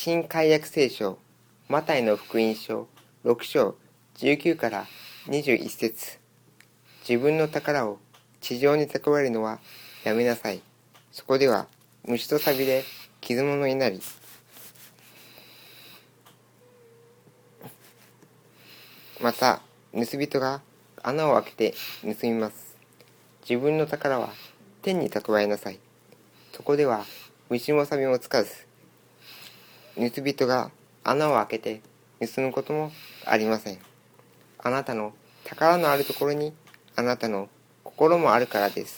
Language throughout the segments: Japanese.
新改約聖書マタイの福音書6章19から21節。自分の宝を地上に蓄えるのはやめなさい。そこでは虫と錆で傷物になり、また盗人が穴を開けて盗みます。自分の宝は天に蓄えなさい。そこでは虫も錆もつかず、盗人が穴を開けて盗むこともありません。あなたの宝のあるところにあなたの心もあるからです。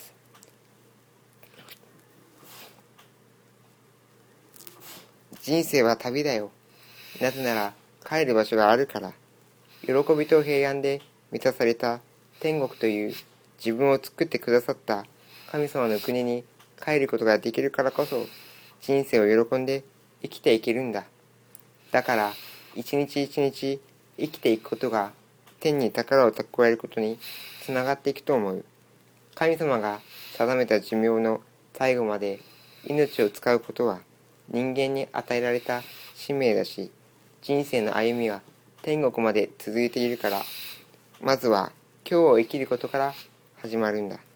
人生は旅だよ。なぜなら帰る場所があるから。喜びと平安で満たされた天国という自分を作ってくださった神様の国に帰ることができるからこそ、人生を喜んで生きていけるんだ。だから一日一日生きていくことが天に宝を蓄えることにつながっていくと思う。神様が定めた寿命の最後まで命を使うことは人間に与えられた使命だし、人生の歩みは天国まで続いているから、まずは今日を生きることから始まるんだ。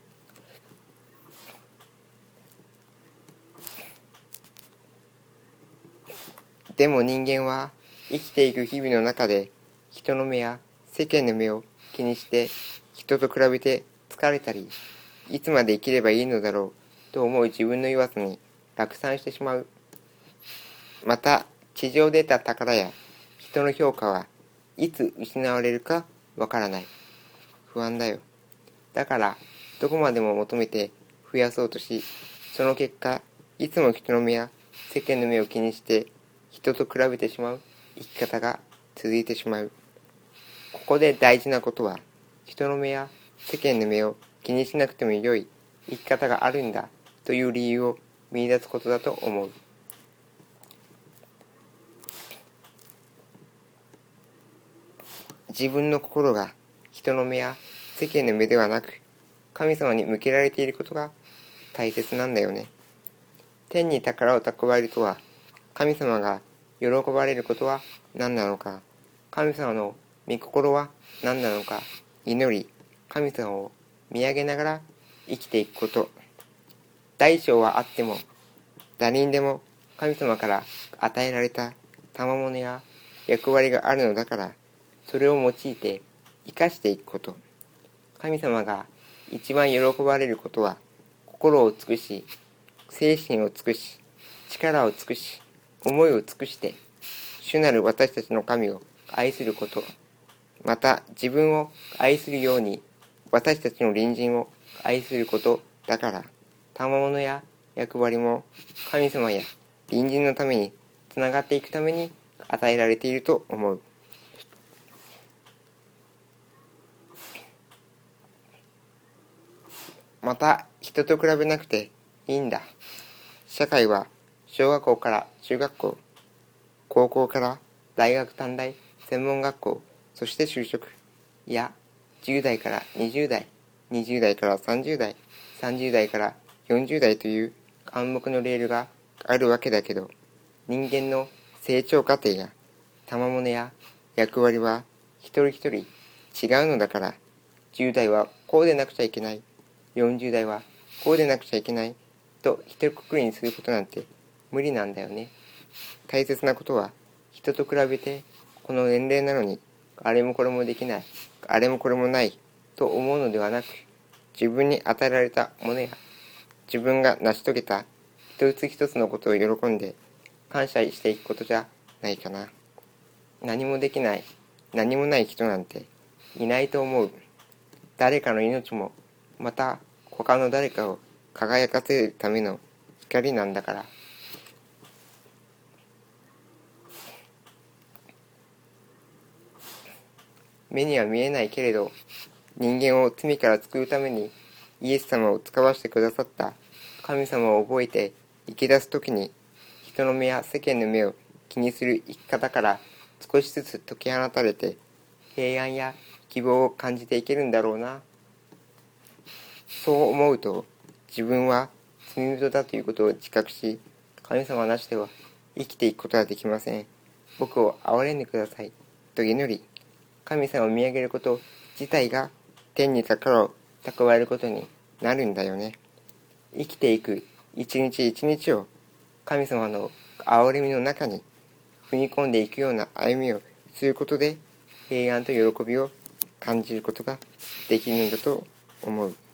でも人間は生きていく日々の中で人の目や世間の目を気にして人と比べて疲れたり、いつまで生きればいいのだろうと思う自分の弱さに落胆してしまう。また地上で得た宝や人の評価はいつ失われるかわからない。不安だよ。だからどこまでも求めて増やそうとし、その結果いつも人の目や世間の目を気にして人と比べてしまう生き方が続いてしまう。ここで大事なことは、人の目や世間の目を気にしなくてもよい生き方があるんだという理由を見出すことだと思う。自分の心が人の目や世間の目ではなく、神様に向けられていることが大切なんだよね。天に宝を蓄えるとは、神様が喜ばれることは何なのか、神様の御心は何なのか祈り、神様を見上げながら生きていくこと。大小はあっても、誰にでも神様から与えられた賜物や役割があるのだから、それを用いて生かしていくこと。神様が一番喜ばれることは、心を尽くし、精神を尽くし、力を尽くし、思いを尽くして、主なる私たちの神を愛すること。また自分を愛するように、私たちの隣人を愛することだから、賜物や役割も神様や隣人のためにつながっていくために与えられていると思う。また人と比べなくていいんだ。社会は小学校から中学校、高校から大学短大、専門学校、そして就職。いや、10代から20代、20代から30代、30代から40代という暗黙のレールがあるわけだけど、人間の成長過程や賜物や役割は一人一人違うのだから、10代はこうでなくちゃいけない、40代はこうでなくちゃいけないと一括りにすることなんて無理なんだよね。大切なことは、人と比べてこの年齢なのにあれもこれもできない、あれもこれもないと思うのではなく、自分に与えられたものや自分が成し遂げた一つ一つのことを喜んで感謝していくことじゃないかな。何もできない、何もない人なんていないと思う。誰かの命もまた他の誰かを輝かせるための光なんだから。目には見えないけれど、人間を罪から救うためにイエス様を使わしてくださった神様を覚えて生き出すときに、人の目や世間の目を気にする生き方から少しずつ解き放たれて、平安や希望を感じていけるんだろうな。そう思うと、自分は罪人だということを自覚し、神様なしでは生きていくことはできません。僕を憐れんでください。と祈り、神様を見上げること自体が天に宝を蓄えることになるんだよね。生きていく一日一日を神様の憐れみの中に踏み込んでいくような歩みをすることで平安と喜びを感じることができるのだと思う。